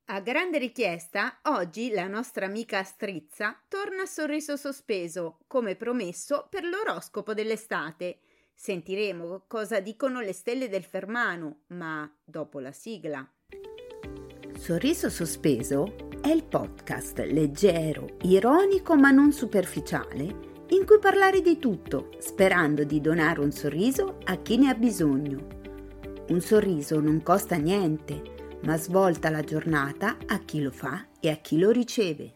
A grande richiesta, oggi la nostra amica Astrizza torna a Sorriso Sospeso, come promesso per l'oroscopo dell'estate. Sentiremo cosa dicono le stelle del Fermano, ma dopo la sigla. Sorriso Sospeso è il podcast leggero, ironico ma non superficiale, in cui parlare di tutto, sperando di donare un sorriso a chi ne ha bisogno. Un sorriso non costa niente, ma svolta la giornata a chi lo fa e a chi lo riceve.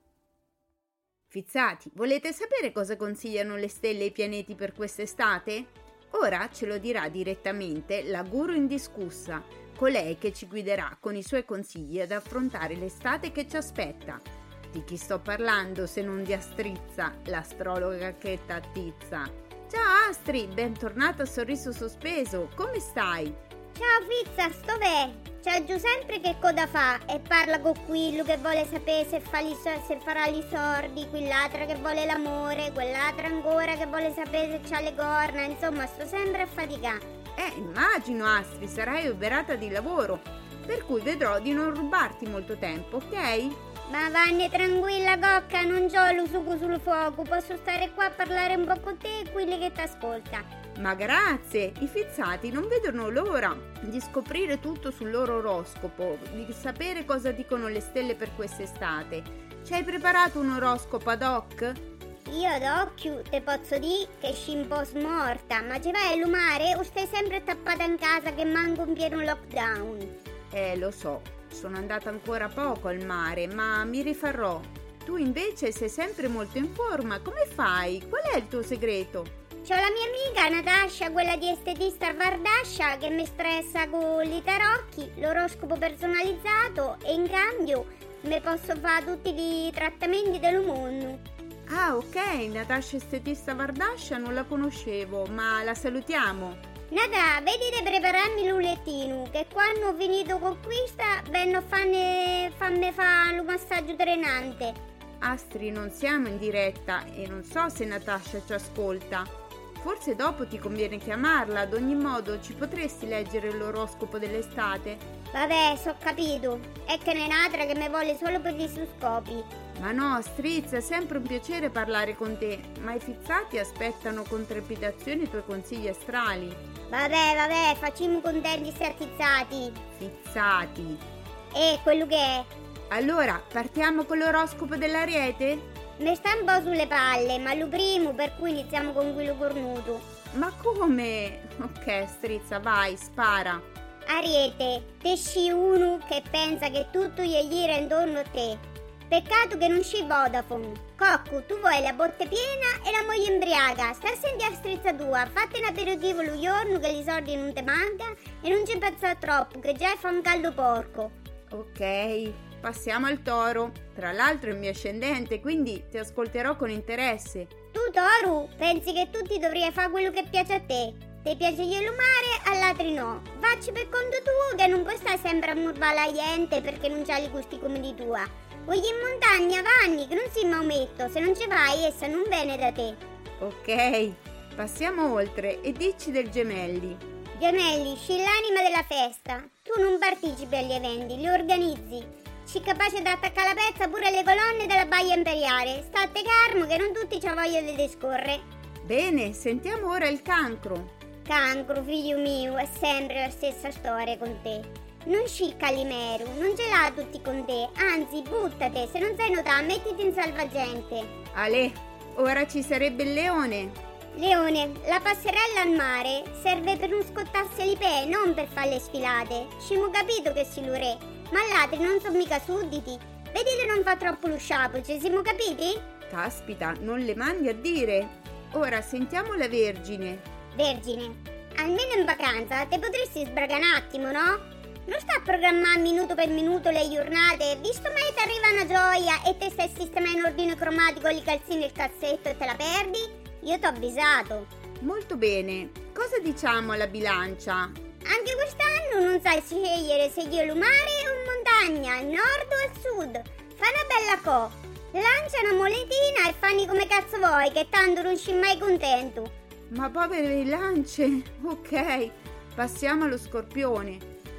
Fizzati, volete sapere cosa consigliano le stelle e i pianeti per quest'estate? Ora ce lo dirà direttamente la guru indiscussa, colei che ci guiderà con i suoi consigli ad affrontare l'estate che ci aspetta. Di chi sto parlando se non di Astrizza, l'astrologa che t'attizza. Ciao Astri, bentornata a Sorriso Sospeso, come stai? Ciao Fizza, sto bene? C'è giù sempre che coda fa e parla con quello che vuole sapere se farà i sordi, quell'altra che vuole l'amore, quell'altra ancora che vuole sapere se c'ha le corna, insomma sto sempre a faticare. Immagino Astri, sarai oberata di lavoro, per cui vedrò di non rubarti molto tempo, ok? Ma vanne tranquilla cocca, non c'ho lo sugo sul fuoco, posso stare qua a parlare un po' con te e quelli che ti ascolta. Ma grazie, i fizzati non vedono l'ora di scoprire tutto sul loro oroscopo, di sapere cosa dicono le stelle per quest'estate. Ci hai preparato un oroscopo ad hoc? Io d'occhio te posso dire che sci un po' smorta, ma ci vai a lumare o stai sempre tappata in casa che manco in pieno lockdown? Lo so, sono andata ancora poco al mare, ma mi rifarrò. Tu invece sei sempre molto in forma, come fai? Qual è il tuo segreto? C'ho la mia amica Natascia, quella di Estetista Vardascia, che mi stressa con i tarocchi, l'oroscopo personalizzato e in cambio mi posso fare tutti i trattamenti del mondo. Ah, ok, Natascia Estetista Vardascia non la conoscevo, ma la salutiamo. Nata, vedi di prepararmi l'ulettino, che quando ho finito con questa venno a fammi fare un massaggio drenante. Astri, non siamo in diretta e non so se Natascia ci ascolta. Forse dopo ti conviene chiamarla, ad ogni modo ci potresti leggere l'oroscopo dell'estate? Vabbè, so capito, è che n'è un'altra che mi vuole solo per i suoi scopi. Ma no, Strizza, è sempre un piacere parlare con te, ma i fizzati aspettano con trepidazione i tuoi consigli astrali. Vabbè, facciamo contenti sti attizzati. Fizzati. Quello che è? Allora, partiamo con l'oroscopo dell'Ariete? Mi sta un po' sulle palle, ma lo primo, per cui iniziamo con quello cornuto. Ma come? Ok, Strizza, vai, spara. Ariete, te sci uno che pensa che tutto gli gira intorno a te. Peccato che non sci Vodafone. Cocco, tu vuoi la botte piena e la moglie imbriaca. Sta a sentire a Strizza tua, fatti un aperitivo lo giorno che i soldi non te manca e non ci pensa troppo, che già fa un caldo porco. Ok, passiamo al Toro. Tra l'altro è il mio ascendente, quindi ti ascolterò con interesse. Tu, Toro, pensi che tutti dovrei fare quello che piace a te? Ti piace gli mare, all'altri no. Facci per conto tuo che non puoi stare sempre a murbare la gente perché non c'hai i gusti come di tua. Voglio in montagna, vanni, che non si maometto. Se non ci vai, essa non viene da te. Ok, passiamo oltre e dici del Gemelli. Gemelli, sci l'anima della festa. Tu non partecipi agli eventi, li organizzi. Sci capace di attaccare la pezza pure alle colonne della Baia Imperiale. State calmo che non tutti c'ha voglia di discorrere. Bene, sentiamo ora il Cancro. Cancro, figlio mio, è sempre la stessa storia con te. Non sci Calimero, non ce l'ha tutti con te. Anzi, buttate, se non sai nuotare, mettiti in salvagente. Ale, ora ci sarebbe il Leone. Leone, la passerella al mare serve per non scottarsi le pe, non per fare le sfilate. Scimo capito che si l'ure, ma l'altri non sono mica sudditi. Vedete non fa troppo lo sciapo, ci siamo capiti? Caspita, non le mandi a dire. Ora sentiamo la Vergine. Vergine, almeno in vacanza te potresti sbragare un attimo, no? Non sta a programmare minuto per minuto le giornate, visto mai ti arriva una gioia e te stai sistemando in ordine cromatico le calzine e il cassetto e te la perdi? Io t'ho avvisato. Molto bene, cosa diciamo alla Bilancia? Anche quest'anno non sai scegliere se io lo mare o in montagna, al nord o al sud. Fa una bella co. Lancia una monetina e fanni come cazzo vuoi, che tanto non sci mai contento. Ma povere lance, ok, passiamo allo Scorpione.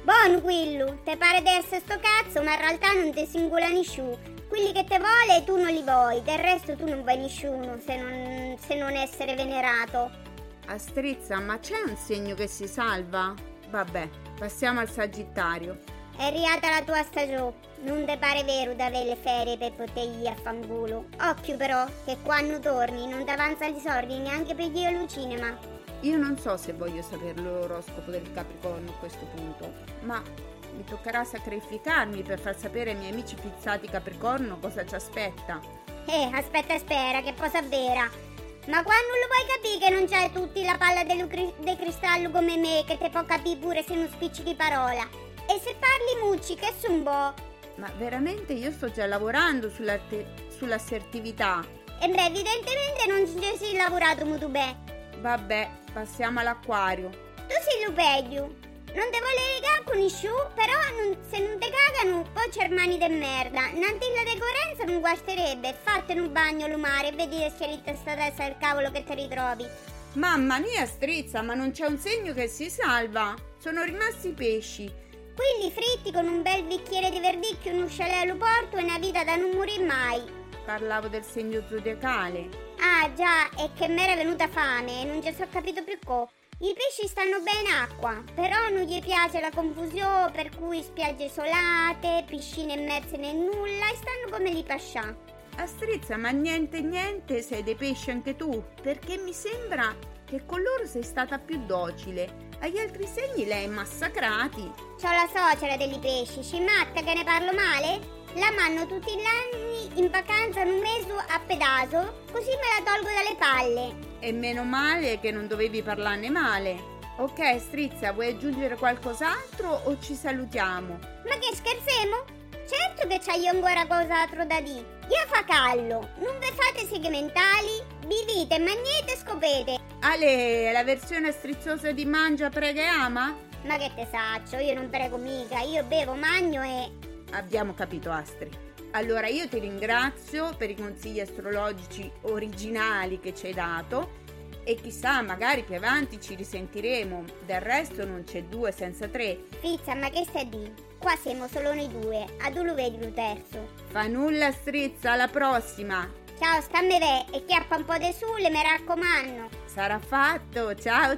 Buon quello, te pare di essere sto cazzo, ma in realtà non ti singola nessuno. Quelli che te vuole tu non li vuoi, del resto tu non vuoi nessuno se non essere venerato. Astrizza, ma c'è un segno che si salva? Vabbè, passiamo al Sagittario. È arrivata la tua stagione, non te pare vero di avere le ferie per potergli a fanculo. Occhio però, che quando torni non ti avanza i soldi neanche per gli al cinema. Io non so se voglio sapere l'oroscopo del Capricorno a questo punto, ma mi toccherà sacrificarmi per far sapere ai miei amici fizzati Capricorno cosa ci aspetta. Aspetta e spera, che cosa vera. Ma quando lo vuoi capire che non c'hai tutti la palla del cristallo come me, che te può capire pure se non spiccichi parola? E se parli mucci, che son boh? Ma veramente io sto già lavorando sull'assertività. E beh, evidentemente non ci sei lavorato molto bene. Vabbè, passiamo all'Acquario. Tu sei lo peggio. Non te vuole legare con nessuno, però se non te cagano, poi c'è mani de merda. Un'antilla decorenza non guasterebbe. Fattene un bagno al mare e vedi se schiarita sta testa del cavolo che ti ritrovi. Mamma mia, Strizza, ma non c'è un segno che si salva. Sono rimasti i pesci. Quelli fritti con un bel bicchiere di verdicchio, un chalet all'aeroporto e una vita da non morire mai. Parlavo del segno zodiacale. Ah già, è che mi era venuta fame e non ci sono capito più co'. I pesci stanno bene in acqua, però non gli piace la confusione, per cui spiagge isolate, piscine immerse nel nulla e stanno come li pascià. Astrizza, ma niente, sei dei pesci anche tu, perché mi sembra che con loro sei stata più docile. Agli altri segni li hai massacrati. C'ho la suocera degli pesci, ci matta che ne parlo male? La mando tutti gli anni in vacanza un mese a pedaso, così me la tolgo dalle palle. E meno male che non dovevi parlarne male. Ok, Strizza, vuoi aggiungere qualcos'altro o ci salutiamo? Ma che scherziamo? Certo che c'hai ancora qualcos'altro da dire. Io fa callo, non ve fate segmentali, vivite, magnete e scopete. Ale, la versione strizzosa di Mangia, Prega e Ama? Ma che te saccio, io non prego mica, io bevo, magno e... Abbiamo capito, Astri. Allora io ti ringrazio per i consigli astrologici originali che ci hai dato e chissà, magari più avanti ci risentiremo. Del resto non c'è due senza tre. Fizza, ma che stai di? Qua siamo solo noi due, a tu lo vedi lo terzo. Fa nulla, Strizza, alla prossima. Ciao, stammi ve e chiappa un po' di sole, mi raccomando. Sarà fatto,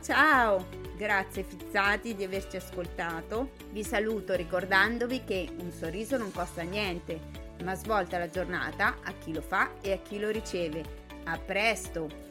ciao. Grazie fizzati di averci ascoltato. Vi saluto ricordandovi che un sorriso non costa niente, ma svolta la giornata a chi lo fa e a chi lo riceve. A presto!